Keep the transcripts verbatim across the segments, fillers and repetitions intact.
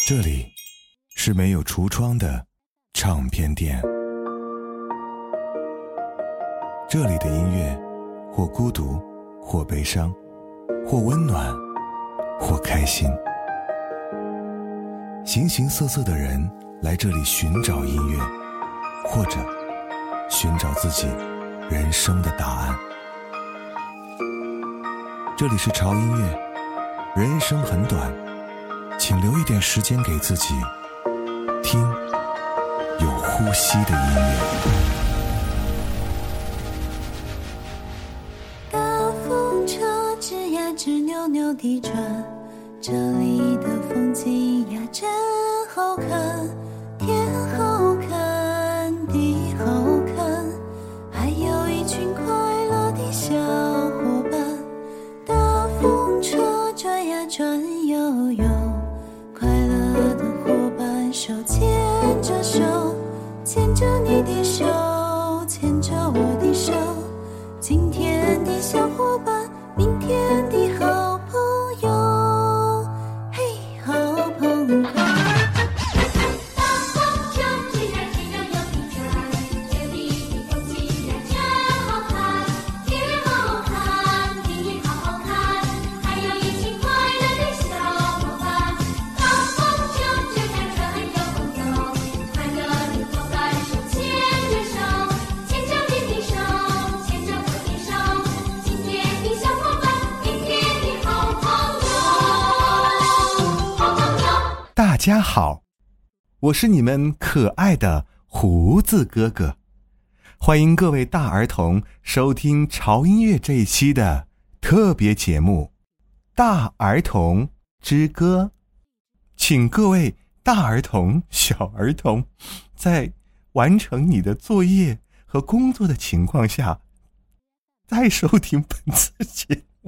这里是没有橱窗的唱片店，这里的音乐或孤独，或悲伤，或温暖，或开心。形形色色的人来这里寻找音乐，或者寻找自己人生的答案。这里是潮音乐，人生很短，请留一点时间给自己，听有呼吸的音乐。 大风车吱呀吱扭扭地转，这里的风景呀真好看，天好看，地好看，还有一群快乐的小伙伴。大风车转呀转悠悠，快乐的伙伴手牵着手，牵着你的手，牵着我的手，今天的小伙伴，明天的好朋友，嘿，好朋友。 大风车吱呀吱扭扭地转，这里的风景呀真好看，天好看，地好好看，还有一群快乐的小伙伴。大风车吱呀转悠悠，快乐的伙伴手牵着手，牵着你的手，牵着我的手，今天的小伙伴，明天的好朋友，好朋友。 大家好，我是你们可爱的胡子哥哥，欢迎各位大儿童收听潮音乐这一期的特别节目《大儿童之歌》。请各位大儿童、小儿童在完成你的作业和工作的情况下，再收听本次节目。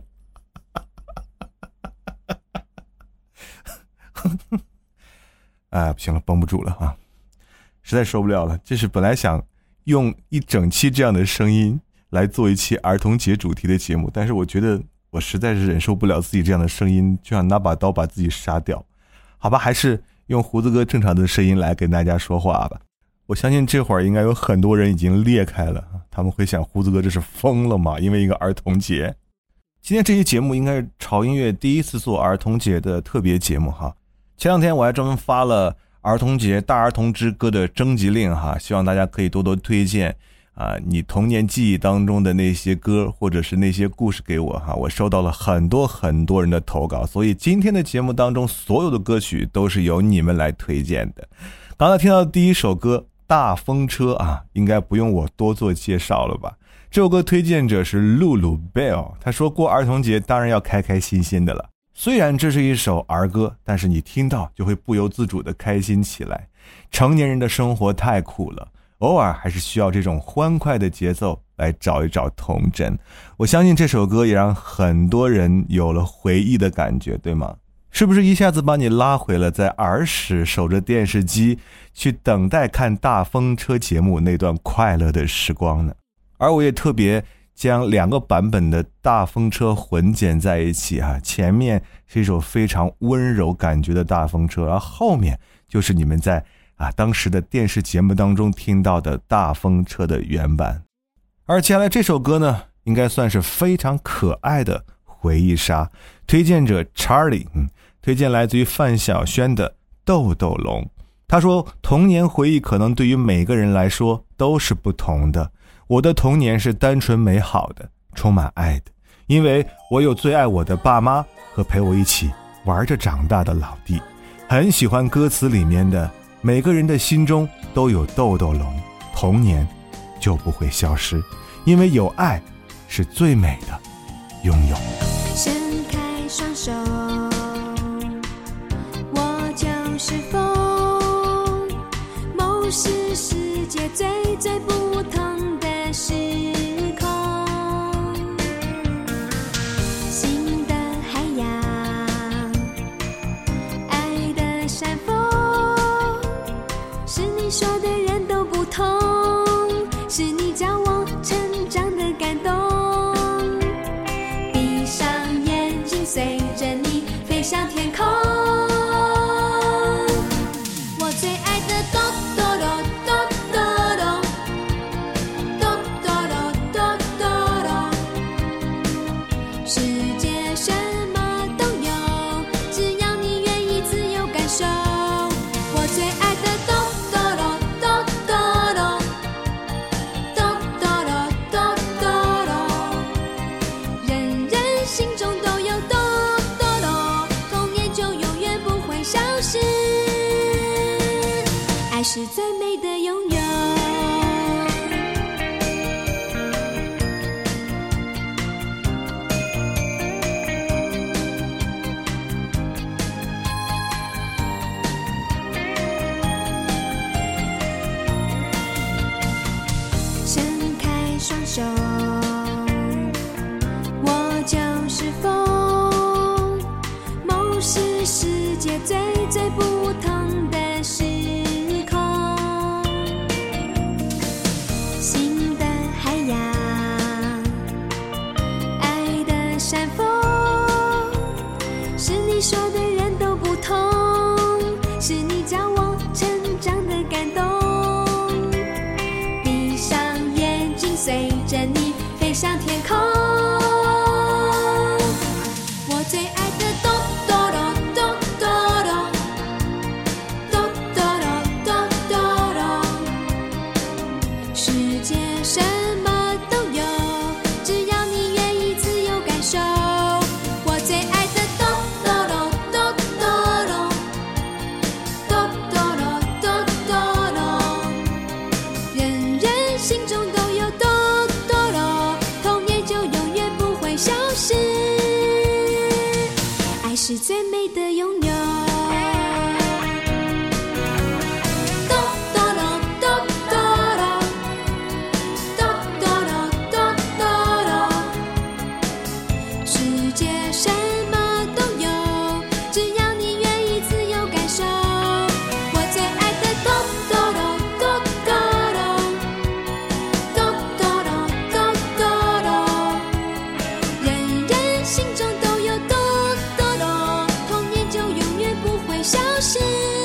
啊，不行了，绷不住了啊，实在受不了了。这是本来想用一整期这样的声音来做一期儿童节主题的节目，但是我觉得我实在是忍受不了自己这样的声音，就想拿把刀把自己杀掉。好吧，还是用胡子哥正常的声音来跟大家说话吧。我相信这会儿应该有很多人已经裂开了，他们会想胡子哥这是疯了吗？因为一个儿童节。今天这期节目应该是潮音乐第一次做儿童节的特别节目哈。前两天我还专门发了儿童节大儿童之歌的征集令哈，希望大家可以多多推荐啊，你童年记忆当中的那些歌或者是那些故事给我哈。我收到了很多很多人的投稿，所以今天的节目当中所有的歌曲都是由你们来推荐的。刚才听到的第一首歌大风车啊，应该不用我多做介绍了吧。这首歌推荐者是露露 Bell， 他说过儿童节当然要开开心心的了。虽然这是一首儿歌，但是你听到就会不由自主地开心起来。成年人的生活太苦了，偶尔还是需要这种欢快的节奏来找一找童真。我相信这首歌也让很多人有了回忆的感觉，对吗？是不是一下子把你拉回了在儿时守着电视机去等待看大风车节目那段快乐的时光呢？而我也特别将两个版本的大风车混剪在一起啊，前面是一首非常温柔感觉的大风车，而后面就是你们在啊当时的电视节目当中听到的大风车的原版。而接下来这首歌呢，应该算是非常可爱的回忆杀，推荐者 Charlie， 嗯，推荐来自于范晓萱的豆豆龙。他说童年回忆可能对于每个人来说都是不同的，我的童年是单纯美好的，充满爱的，因为我有最爱我的爸妈和陪我一起玩着长大的老弟。很喜欢歌词里面的每个人的心中都有豆豆龙，童年就不会消失，因为有爱是最美的拥有。 伸开双手，我就是风，梦是世界最最不同的时空，新的海洋，爱的山峰，是你说的人都不同，是你叫我成长的感动，闭上眼睛随着你飞向天空， 世界什么都有，只要你愿意自由感受。我最爱的哆哆罗哆哆罗哆哆罗哆哆罗，人人心中都有哆哆罗，童年就永远不会消失。爱是最美的拥有。双手，我就是风，梦是世界最最不同的时空。心的海洋，爱的山峰，是你说的人都不同，是你教我成长的感动。随着你飞上天空，我最爱的哆哆罗哆哆罗哆哆罗哆哆罗，世界什么都有，只要你愿意自由感受。我最爱的哆哆罗哆哆罗哆哆罗哆哆罗，人人心中都有哆爱是最美的拥有。哆哆罗哆哆罗哆哆罗哆哆罗，世界什么都有，只要你愿意自由感受。我最爱的哆哆罗哆哆罗哆哆罗哆哆罗，人人心中都有哆消失，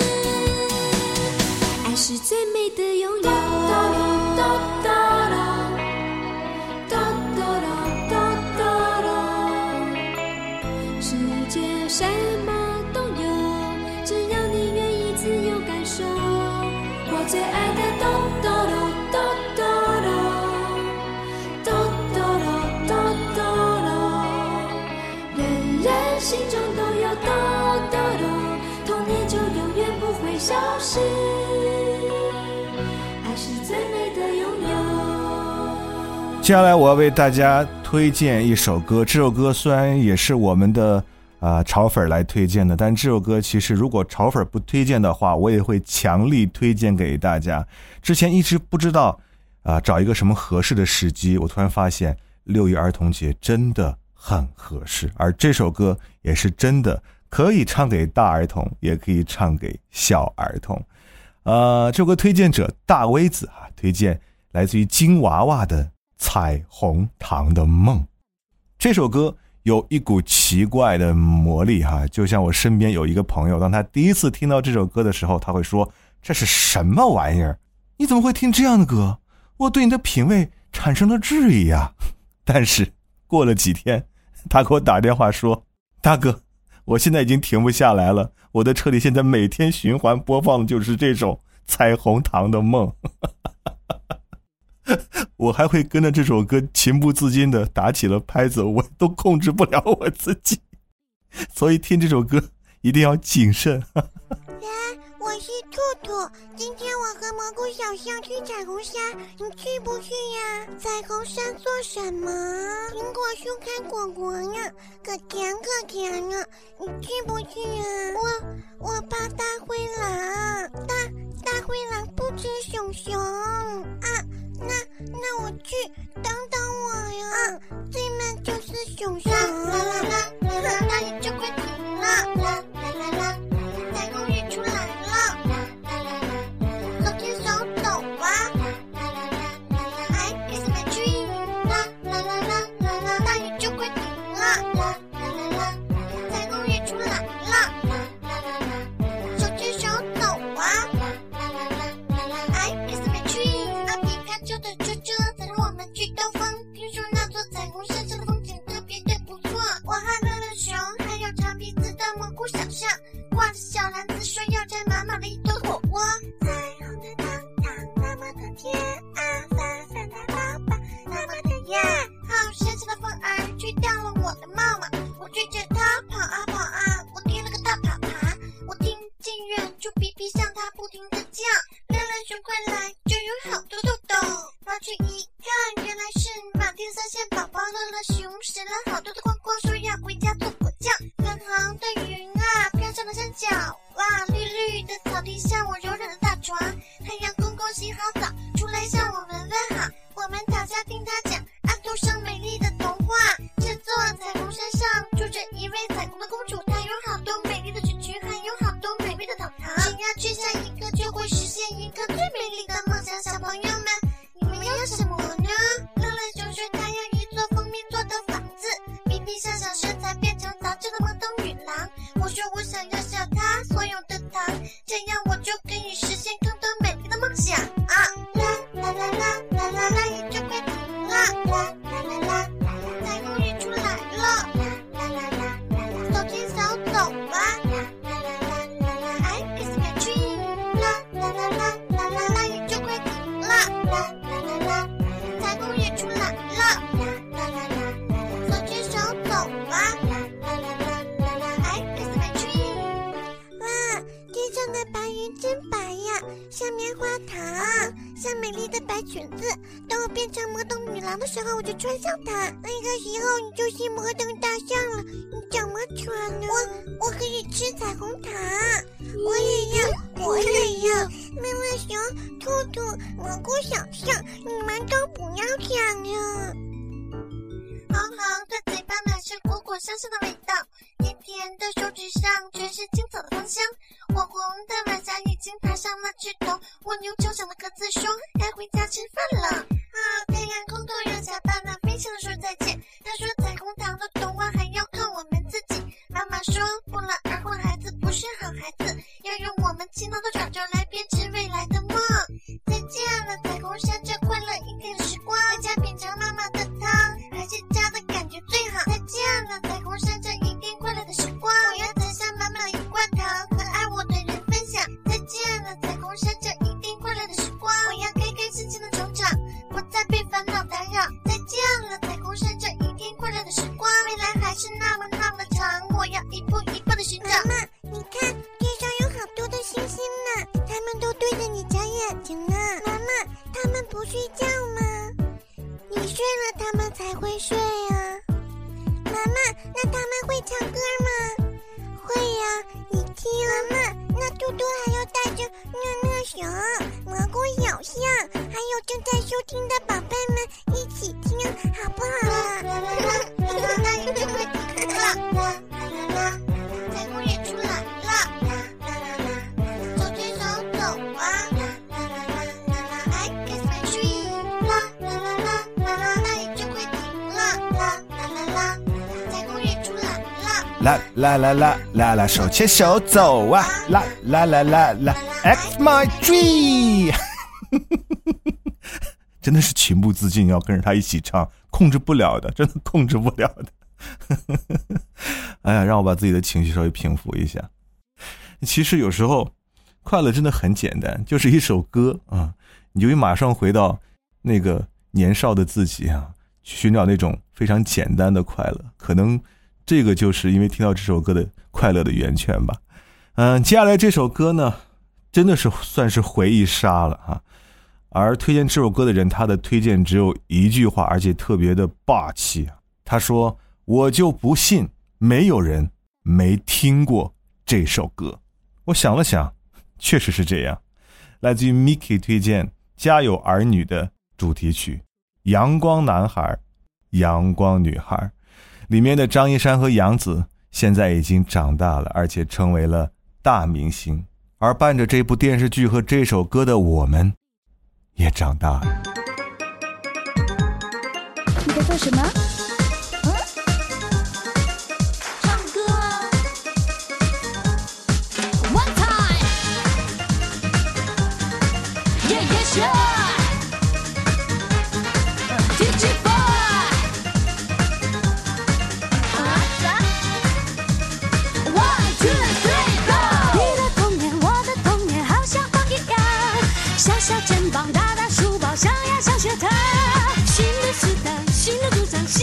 爱是最美的拥有。哆哆罗哆哆罗哆哆罗，世界什么都有，只要你愿意自由感受。我最爱的哆哆罗哆哆罗哆哆罗哆哆罗，人人心中都有哆哆罗，童年就永远不会消失，爱是最美的拥有。 接下来我要为大家推荐一首歌，这首歌虽然也是我们的啊潮粉来推荐的，但这首歌其实如果潮粉不推荐的话，我也会强力推荐给大家。之前一直不知道啊找一个什么合适的时机，我突然发现六一儿童节真的很合适，而这首歌也是真的可以唱给大儿童，也可以唱给小儿童。呃，这首歌推荐者大威子啊，推荐来自于金娃娃的《彩虹糖的梦》。这首歌有一股奇怪的魔力哈、啊，就像我身边有一个朋友，当他第一次听到这首歌的时候，他会说：“这是什么玩意儿？你怎么会听这样的歌？我对你的品味产生了质疑啊！”但是过了几天，他给我打电话说：“大哥，我现在已经停不下来了，我的车里现在每天循环播放的就是这种彩虹糖的梦。”我还会跟着这首歌情不自禁的打起了拍子，我都控制不了我自己，所以听这首歌一定要谨慎。 我是兔兔，今天我和蘑菇小象去彩虹山，你去不去呀？彩虹山做什么？苹果树开果果呀，可甜可甜呀，你去不去呀？我我怕大灰狼，大大灰狼不吃熊熊啊，那那我去，等等我呀！啊，对面就是熊熊。啦啦啦啦啦，那你就快停了！啦啦啦啦，彩虹日出来了！去兜风，听说那座彩虹山上的风景特别的不错。 我的妈妈，我追着她跑啊跑啊，我贴了个大爬爬，我听见远处皮皮向她不停地叫，亮亮熊快来，就有好多豆豆。跑去一看，原来是满天三线宝宝乐乐熊拾了好多的光光，说要回家做果酱。粉红的云啊，飘上了山脚哇，绿绿的草地像我柔软的大床，太阳公公洗好澡，出来向我们问好，我们躺下听他讲安徒生美丽的童话。这座彩虹山上住着一位彩虹的公主，她有好多美丽的裙裙，还有好多美丽的糖糖，只要去下一个就会实现一个最美丽的梦想。小朋友们，你们要什么呢？乐乐熊说他要一座蜂蜜做的房子，皮皮像小蛇才变成杂志的懵懂女郎。我说我想要小他所有的糖，这样我就可以实现更多美丽的梦想啊！啦啦啦啦啦啦啦，也就快停了。啦啦啦啦啦，彩虹也出来了。啦啦啦啦啦，手牵手走吧。啦啦啦啦啦啦 ，I kiss my dream。啦啦啦啦啦啦啦，也就快停了。啦啦啦啦，彩虹也出来了。啦啦啦啦，手牵手走吧。啦啦啦啦啦 ，I kiss my dream。哇，天上的白云真白呀，像棉花糖，像美丽的白裙子。当我变成魔动女郎的时候，我就穿上它。那个时候你就是摩登大象了，你怎么穿呢？我我可以吃彩虹糖，我也要，我也要。乐乐熊、兔兔、蘑菇小象，你们都不要抢了。红红的嘴巴满是果果香香的味道，甜甜的手指上全是青草的芳香，火红的晚霞已经爬上了枝头，蜗牛小小的鸽子说该回家吃饭了。啊，太阳空头要下班了，飞翔的说再见。他说彩虹糖的童话还要靠我们自己。妈妈说不劳而获孩子不是好孩子，要用我们勤劳的爪爪来编织未来的梦。再见了彩虹山这快乐一天的时光，回家品尝妈妈的汤，还是家的感觉最好。再见了彩虹山这一天快乐的时光，我要摘下满满的一罐糖和爱我的人分享。再见了彩虹山这一天快乐的时光，我要开开心心的成长，不再被烦恼打扰。再见了彩虹山这一天快乐的时光，未来还是那么那么长，我要一步一步的寻找。妈妈，你看天上有好多的星星呢，他们都对着你眨眼睛呢。妈妈，他们不睡觉吗？你睡了他们才会睡啊。妈妈，那他们会唱歌吗？会呀，你听。妈妈，那嘟嘟还要带着乐乐熊、蘑菇小象，还有正在收听的宝贝们一起听，好不好啊？啦啦啦啦啦啦，也就快停了。啦啦啦啦，彩虹也出来了。啦啦啦啦，手牵手走吧。啦啦啦啦啦 ，I kiss my dream。啦啦啦啦啦啦啦，也就快停了。啦啦啦啦，彩虹也出来了。 啦啦啦啦啦啦，手牵手走啊！啦啦啦啦啦 ，X my dream。真的是情不自禁要跟着他一起唱，控制不了的，真的控制不了的。哎呀，让我把自己的情绪稍微平复一下。其实有时候快乐真的很简单，就是一首歌啊，你就会马上回到那个年少的自己啊，去寻找那种非常简单的快乐。可能这个就是因为听到这首歌的快乐的源泉吧。嗯，接下来这首歌呢，真的是算是回忆杀了啊。而推荐这首歌的人，他的推荐只有一句话，而且特别的霸气啊。他说：“我就不信没有人没听过这首歌。”我想了想，确实是这样。来自于 Miki 推荐《家有儿女》的主题曲《阳光男孩阳光女孩》，里面的张一山和杨紫现在已经长大了，而且成为了大明星。而伴着这部电视剧和这首歌的我们也长大了。 你在做什么？嗯？ 唱歌啊 One time. Yeah, yeah, sure. D J boy. One, two, three, go. 你的童年，我的童年，好像风一样，小小肩膀，大大书包，上呀上学堂。新的时代，新的主张。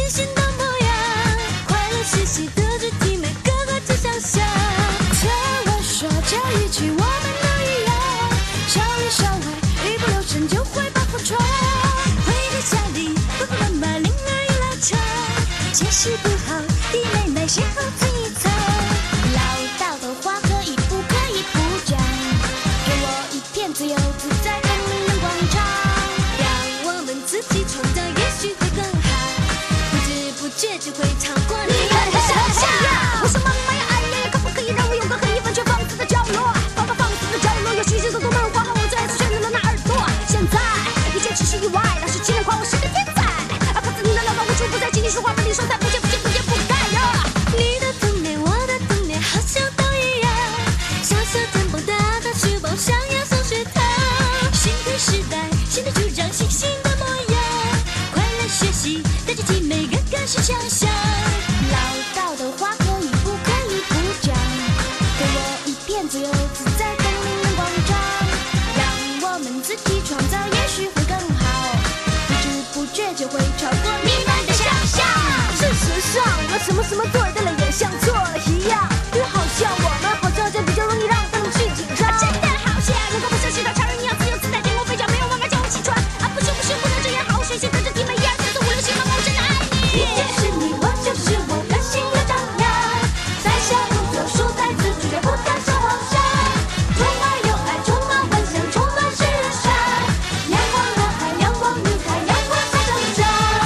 弟妹妹谁好自一层，老道的话可以不可以不讲？给我一片自由自在的名人广场，让我们自己创造，也许会更好，不知不觉就会超过你们的想象。我说妈妈呀，哎呀呀，可不可以让我有个可以完全放肆的角落？爸爸放肆的角落有许许多多漫画，我再次选择了那耳朵。现在一切只是意外，老师竟然夸我是个天才，啊，可自你的老板无处不在，请你说话，把你说在不见不见不见不该呀。你的童年，我的童年，好像都一样，小小肩膀，大大书包，上呀上学堂，新的时代，新的主张，新新的模样，快乐学习，带着体每个个是强项。老道的话可以不可以不讲？给我一片自由自在的名人广场，让我们自己创造，也许会更好，不知不觉就会超过你们的想象。事实上，我什么什么对的了，也像错了一样，就好像我们好像就比较容易让灯去紧张，真的好像如果不像是到超人一样自由自在，天空飞翔，没有办法叫我起床啊！不行不行，不能这样，好好学习，跟着弟妹一二三四五六七八，我真的爱你。你就是你，我就是我，个性又张扬，在小路走，书呆子，主角不敢说谎上，充满有爱，充满幻想，充满时尚，阳光男孩，阳光女孩，阳光在成长。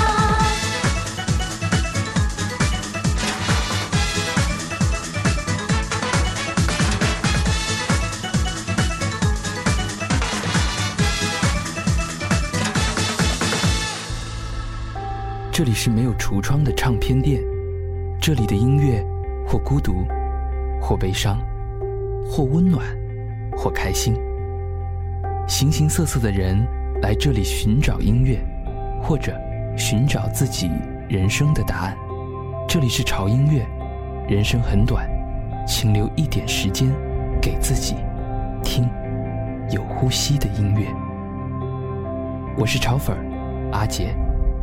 这里是没有橱窗的唱片店，这里的音乐或孤独，或悲伤，或温暖，或开心。形形色色的人来这里寻找音乐，或者寻找自己人生的答案。这里是潮音乐，人生很短，请留一点时间给自己，听有呼吸的音乐。我是潮粉儿阿杰。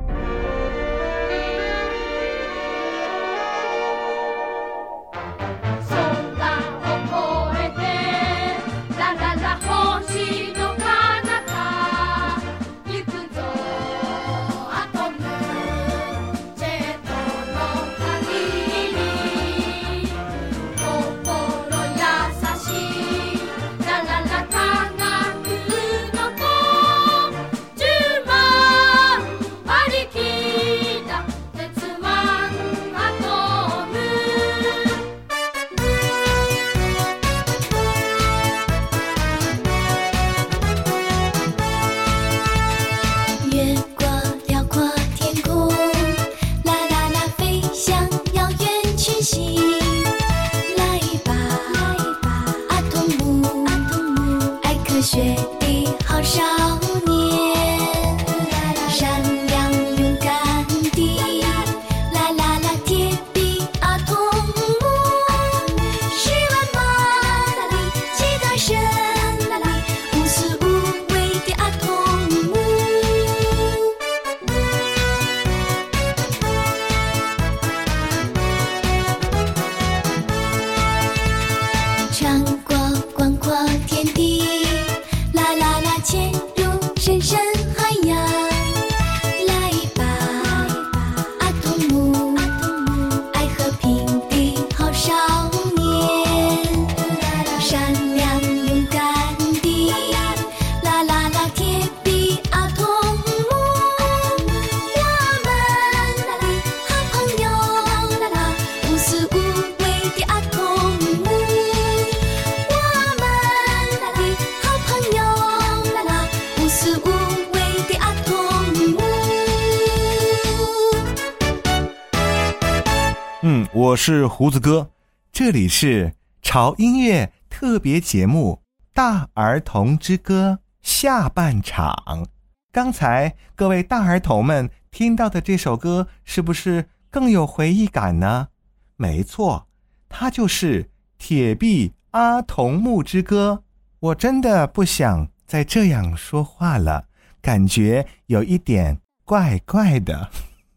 嗯，我是胡子哥，这里是潮音乐特别节目《大儿童之歌》下半场。刚才各位大儿童们听到的这首歌是不是更有回忆感呢？没错，它就是铁臂阿童木之歌。我真的不想再这样说话了，感觉有一点怪怪的。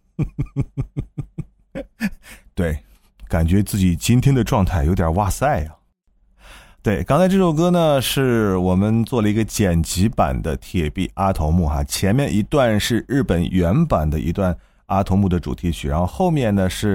对，感觉自己今天的状态有点哇塞呀、啊。对，刚才这首歌呢是我们做了一个剪辑版的铁臂阿童木哈，前面一段是日本原版的一段阿童木的主题曲，然后后面呢是啊、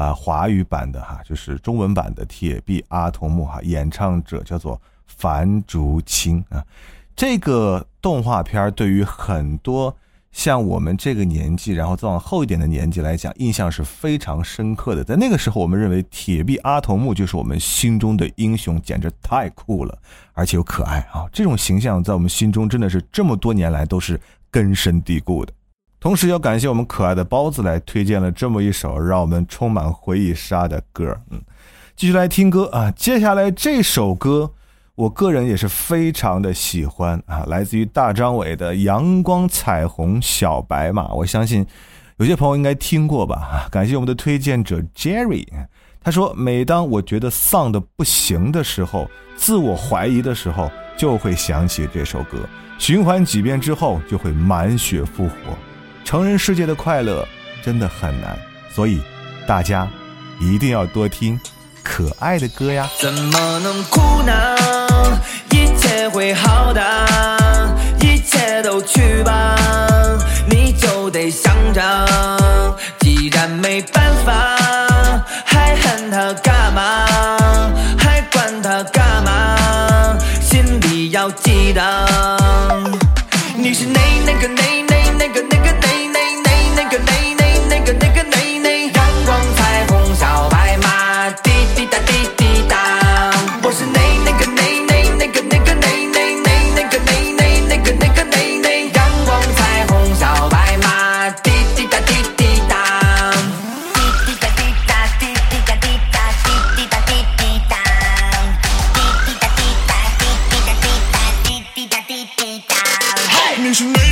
啊、华语版的哈，就是中文版的《铁臂阿童木》哈，演唱者叫做樊竹青啊。这个动画片对于很多像我们这个年纪，然后再往后一点的年纪来讲，印象是非常深刻的。在那个时候，我们认为铁臂阿童木就是我们心中的英雄，简直太酷了，而且又可爱啊！这种形象在我们心中真的是这么多年来都是根深蒂固的。同时要感谢我们可爱的包子来推荐了这么一首让我们充满回忆杀的歌。嗯，继续来听歌啊，接下来这首歌我个人也是非常的喜欢啊，来自于大张伟的《阳光彩虹小白马》，我相信有些朋友应该听过吧啊，感谢我们的推荐者 Jerry， 他说每当我觉得丧的不行的时候，自我怀疑的时候，就会想起这首歌，循环几遍之后就会满血复活。成人世界的快乐真的很难，所以大家一定要多听可爱的歌呀。 怎么能苦恼？一切会好的，一切都去吧，你就得想着，既然没办法，还恨他干嘛？还管他干嘛？心里要记得，你是那那个那那那个那个那那那那个那那那个那个那那阳光彩虹小白马，滴滴答滴滴答，我是那那个那那那个那个那那那那个那那那个那个那那阳光彩虹小白马，滴滴答滴滴答，滴滴答滴答滴滴答滴答滴滴答滴滴答，滴滴答滴答滴滴答滴答滴滴答，嘿，你是那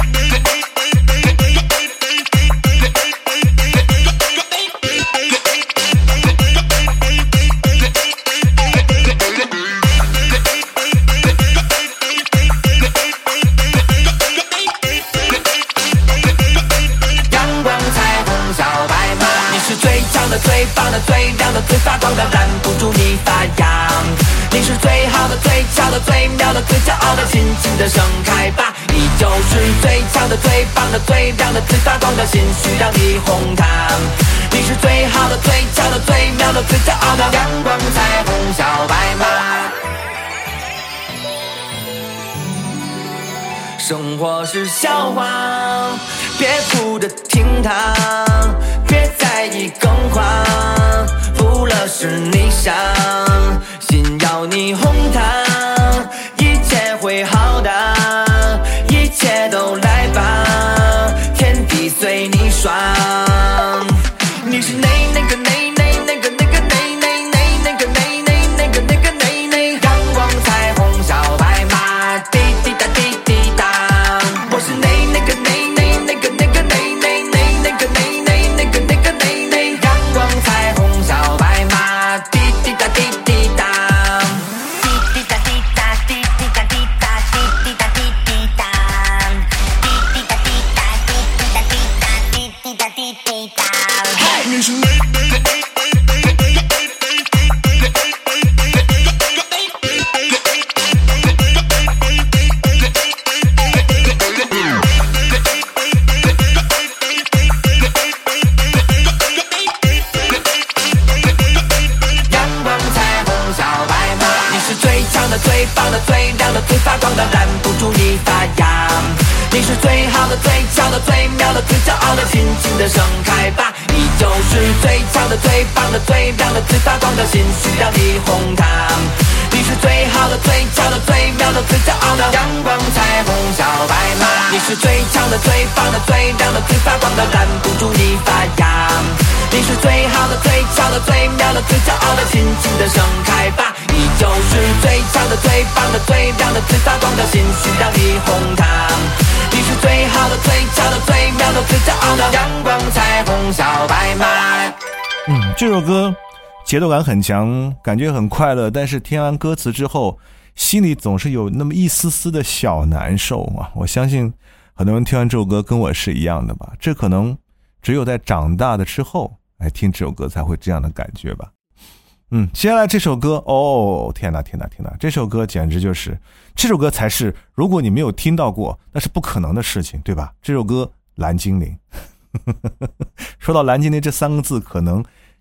最棒的最亮的最发光的，拦不住你发芽，你是最好的最俏的最妙的最骄傲的，尽情的盛开吧，你就是最强的最棒的最亮的最发光的，心需让你哄它，你是最好的最俏的最妙的最骄傲的阳光彩虹小白马。生活是笑话，别哭着听它，别在意更换，不了是你想，心要你哄它，一切会好的，一切都来吧，天地随你爽，你是那那个那那那个那个那那那那个那那那个那个那那阳光彩虹小白马，滴滴答滴滴答，我是那那个那那那个那个那那那那个那那那个那个那那阳光彩虹小白马，滴滴答滴滴答，滴滴答滴答滴滴答滴答滴滴答滴滴答，滴滴答滴答滴滴答滴答滴滴答滴滴答，嘿，你是那最棒的最亮的最发光的，拦不住你发芽，你是最好的最俏的最妙的最骄傲的，尽情的盛开吧，你就是最强的最棒的最亮的最发光的，心需让你哄它，你是最好的最俏的最妙的最骄傲的阳光彩虹小白马，你是最强的最棒的最亮的最发光的，拦不住你发芽，你是最好的最俏的最妙的最骄傲的，尽情的盛开吧，你就是最强的最棒的最亮的最发光的，心需让你哄它，你是最好的最俏的最妙的最骄傲的阳光彩虹小白马。 嗯，这首歌节奏感很强，感觉很快乐，但是听完歌词之后心里总是有那么一丝丝的小难受啊。我相信很多人听完这首歌跟我是一样的吧，这可能只有在长大的之后哎，听这首歌才会这样的感觉吧。嗯，接下来这首歌，哦，天哪天哪天哪，这首歌简直就是，这首歌才是，如果你没有听到过，那是不可能的事情，对吧？这首歌《蓝精灵》说到蓝精灵这三个字，可能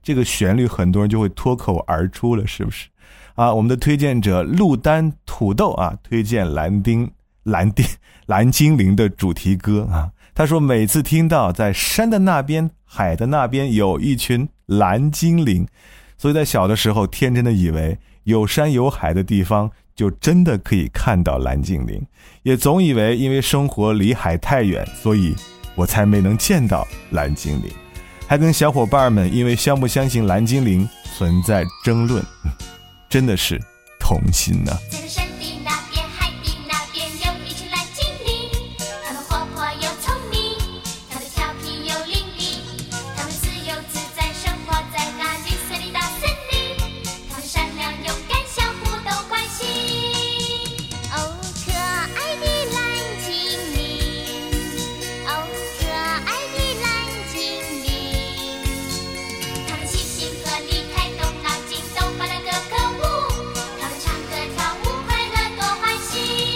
这个旋律很多人就会脱口而出了，是不是啊？我们的推荐者陆丹土豆啊，推荐蓝丁蓝丁蓝精灵的主题歌啊。他说每次听到在山的那边海的那边有一群蓝精灵，所以在小的时候天真的以为有山有海的地方就真的可以看到蓝精灵，也总以为因为生活离海太远，所以我才没能见到蓝精灵，还跟小伙伴们因为相不相信蓝精灵存在争论，真的是童心呢、啊。 在山地那边海地那边有一群蓝精灵，他们活泼又聪明，他们调皮又伶俐，他们自由自在生活在那绿色的大森林，他们善良勇敢相互都关心。 哦，可爱的蓝精灵，哦，可爱的蓝精灵， 他们齐心合力开动脑筋，都欢乐个歌舞，他们唱歌跳舞快乐多欢喜。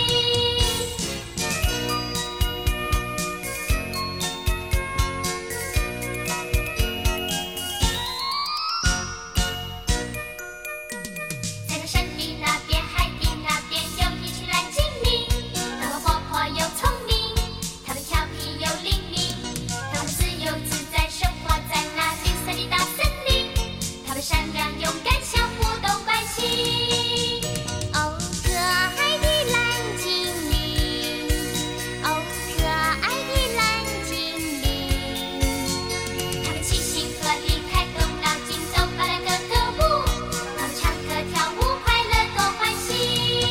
在那山地那边海地那边有一群蓝精灵，他们活泼又聪明，他们调皮又伶俐，他们自由自在生活在那绿色的大森林，他们善良勇敢相互都关心。 哦，可爱的蓝精灵，哦，可爱的蓝精灵， 他们齐心合力开动脑筋，都欢乐个歌舞，他们唱歌跳舞快乐多欢喜。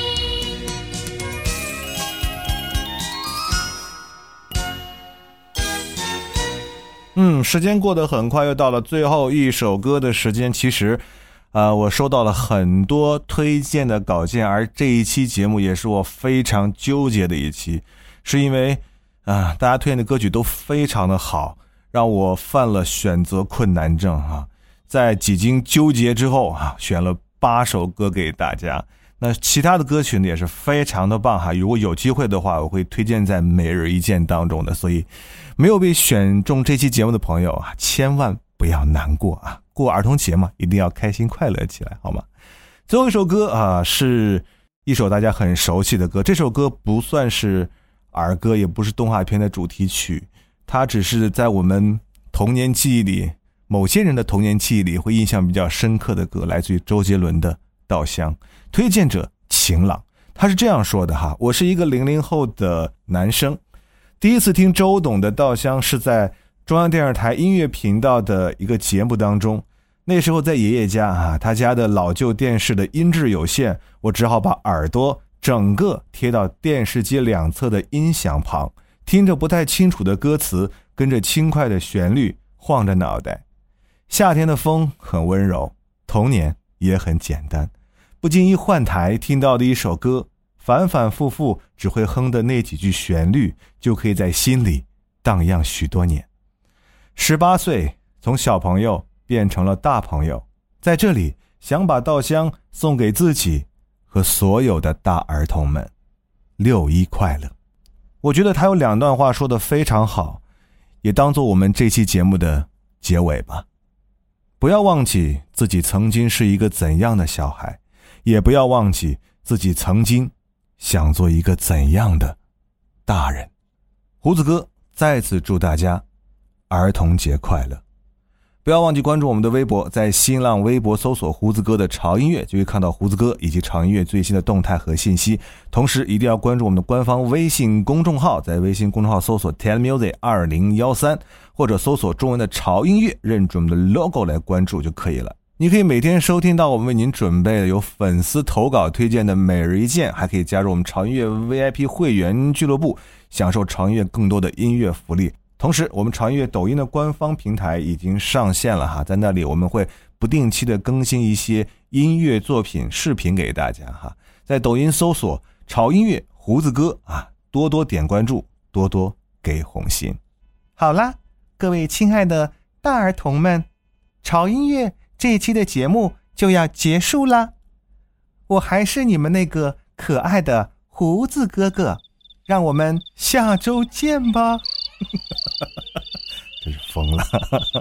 嗯，时间过得很快，又到了最后一首歌的时间。其实呃，我收到了很多推荐的稿件，而这一期节目也是我非常纠结的一期，是因为啊、呃，大家推荐的歌曲都非常的好，让我犯了选择困难症啊。在几经纠结之后啊，选了八首歌给大家。那其他的歌曲呢也是非常的棒哈，如果有机会的话，我会推荐在每日一见当中的。所以没有被选中这期节目的朋友啊，千万不要难过啊，过儿童节嘛，一定要开心快乐起来，好吗？最后一首歌啊，是一首大家很熟悉的歌，这首歌不算是儿歌，也不是动画片的主题曲，它只是在我们童年记忆里，某些人的童年记忆里会印象比较深刻的歌，来自于周杰伦的《稻香》，推荐者晴朗。他是这样说的哈，我是一个零零后的男生，第一次听周董的《稻香》是在中央电视台音乐频道的一个节目当中，那时候在爷爷家啊，他家的老旧电视的音质有限，我只好把耳朵整个贴到电视机两侧的音响旁，听着不太清楚的歌词，跟着轻快的旋律晃着脑袋。夏天的风很温柔，童年也很简单，不经一换台听到的一首歌，反反复复只会哼的那几句旋律，就可以在心里荡漾许多年。十八岁，从小朋友变成了大朋友，在这里想把稻香送给自己和所有的大儿童们，六一快乐。我觉得他有两段话说得非常好，也当做我们这期节目的结尾吧。不要忘记自己曾经是一个怎样的小孩，也不要忘记自己曾经想做一个怎样的大人。胡子哥再次祝大家儿童节快乐。不要忘记关注我们的微博，在新浪微博搜索胡子哥的潮音乐，就会看到胡子哥以及潮音乐最新的动态和信息。同时一定要关注我们的官方微信公众号，在微信公众号搜索 Telemusic 二零一三，或者搜索中文的潮音乐，认准我们的 logo 来关注就可以了。你可以每天收听到我们为您准备的有粉丝投稿推荐的每日一见，还可以加入我们潮音乐 V I P 会员俱乐部，享受潮音乐更多的音乐福利。同时我们潮音乐抖音的官方平台已经上线了哈，在那里我们会不定期的更新一些音乐作品视频给大家哈，在抖音搜索潮音乐胡子哥啊，多多点关注，多多给红心。好啦，各位亲爱的大儿童们，潮音乐这一期的节目就要结束啦，我还是你们那个可爱的胡子哥哥，让我们下周见吧。真是疯了。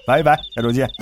拜拜，下周见。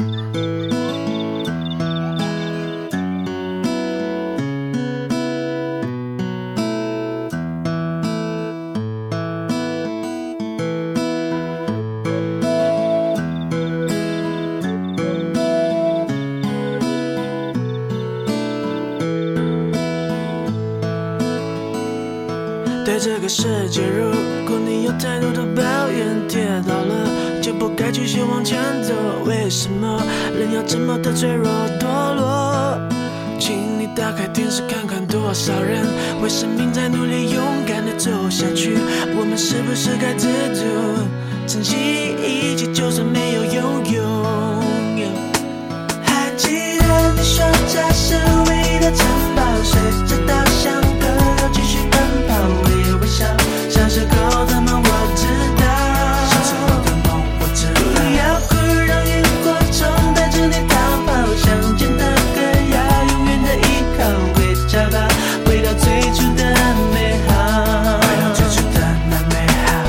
对这个世界，如果你有太多的抱怨，跌倒了就不该继续往前走。为什么人要这么的脆弱堕落？请你打开电视看看，多少人为生命在努力，勇敢的走下去。我们是不是该知足，珍惜一切，就算没有拥有？还记得你说这是唯一的城堡，随着稻香歌谣继续奔跑。小时候的梦我知道，小时候的梦我知道。不要哭，让萤火虫带着你逃跑，乡间的歌谣永远的依靠，回家吧，回到最初的美好，回到最初的那美好。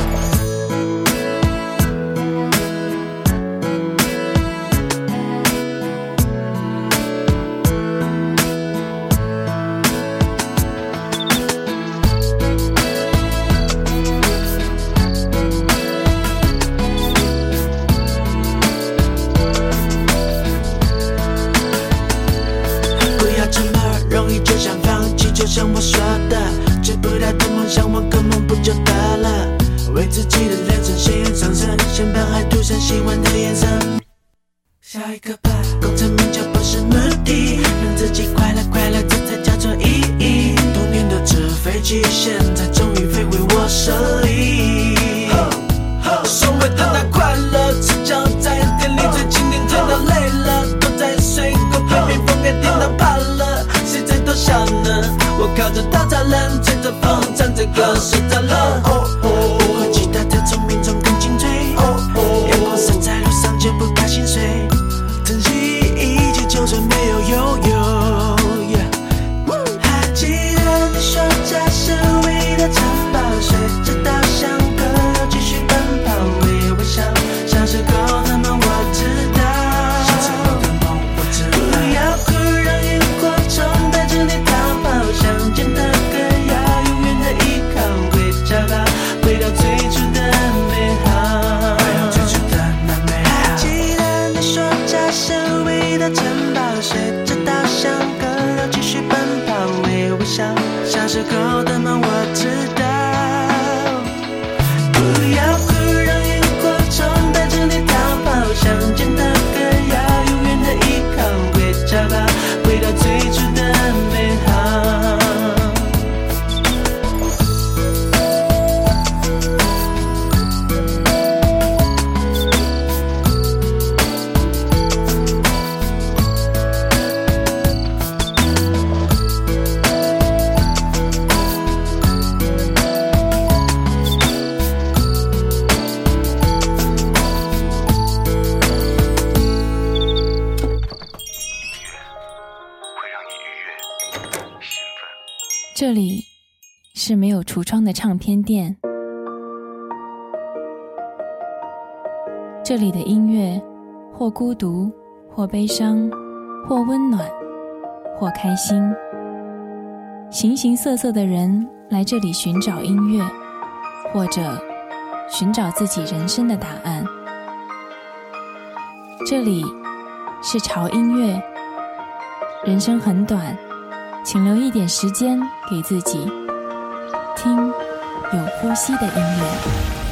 就像我说的，追不到的梦想，我根本不就得了？为自己的人生鲜艳上升，先把爱涂上喜欢的颜色。下一个吧，功成名就不是目的，让自己快乐快乐，这才叫做意义。多年的纸飞机，现在终于飞回我手里。所谓的那快乐，赤脚在店里最经典，真的累了，躲在水沟旁边，风给听到怕了，谁最多笑呢？我靠着稻草人，吹着风，唱着歌，睡着了。不会其他的聪明中更精粹，阳光洒在路上就不怕心碎，珍惜一切，就算没有拥有。还记得你说这是唯一的城堡，随着稻香歌谣继续奔跑，微微笑，小时候的梦我知道，小时候的梦我知道。不要哭，让萤火虫带着你逃跑，乡间的歌谣永远的依靠，回家吧，回到最初的美好，回到最初的那美好。还记得你说这是唯一的城堡，随着稻香歌谣继续奔跑，微微笑，小时候的梦我知道。不要哭，让萤火虫带着你逃跑，乡间的歌谣永远的依靠，回家吧，回到最初的美好。 这里是没有橱窗的唱片店，这里的音乐或孤独，或悲伤，或温暖，或开心。形形色色的人来这里寻找音乐，或者寻找自己人生的答案。这里是潮音乐，人生很短，请留一点时间给自己，听有呼吸的音乐。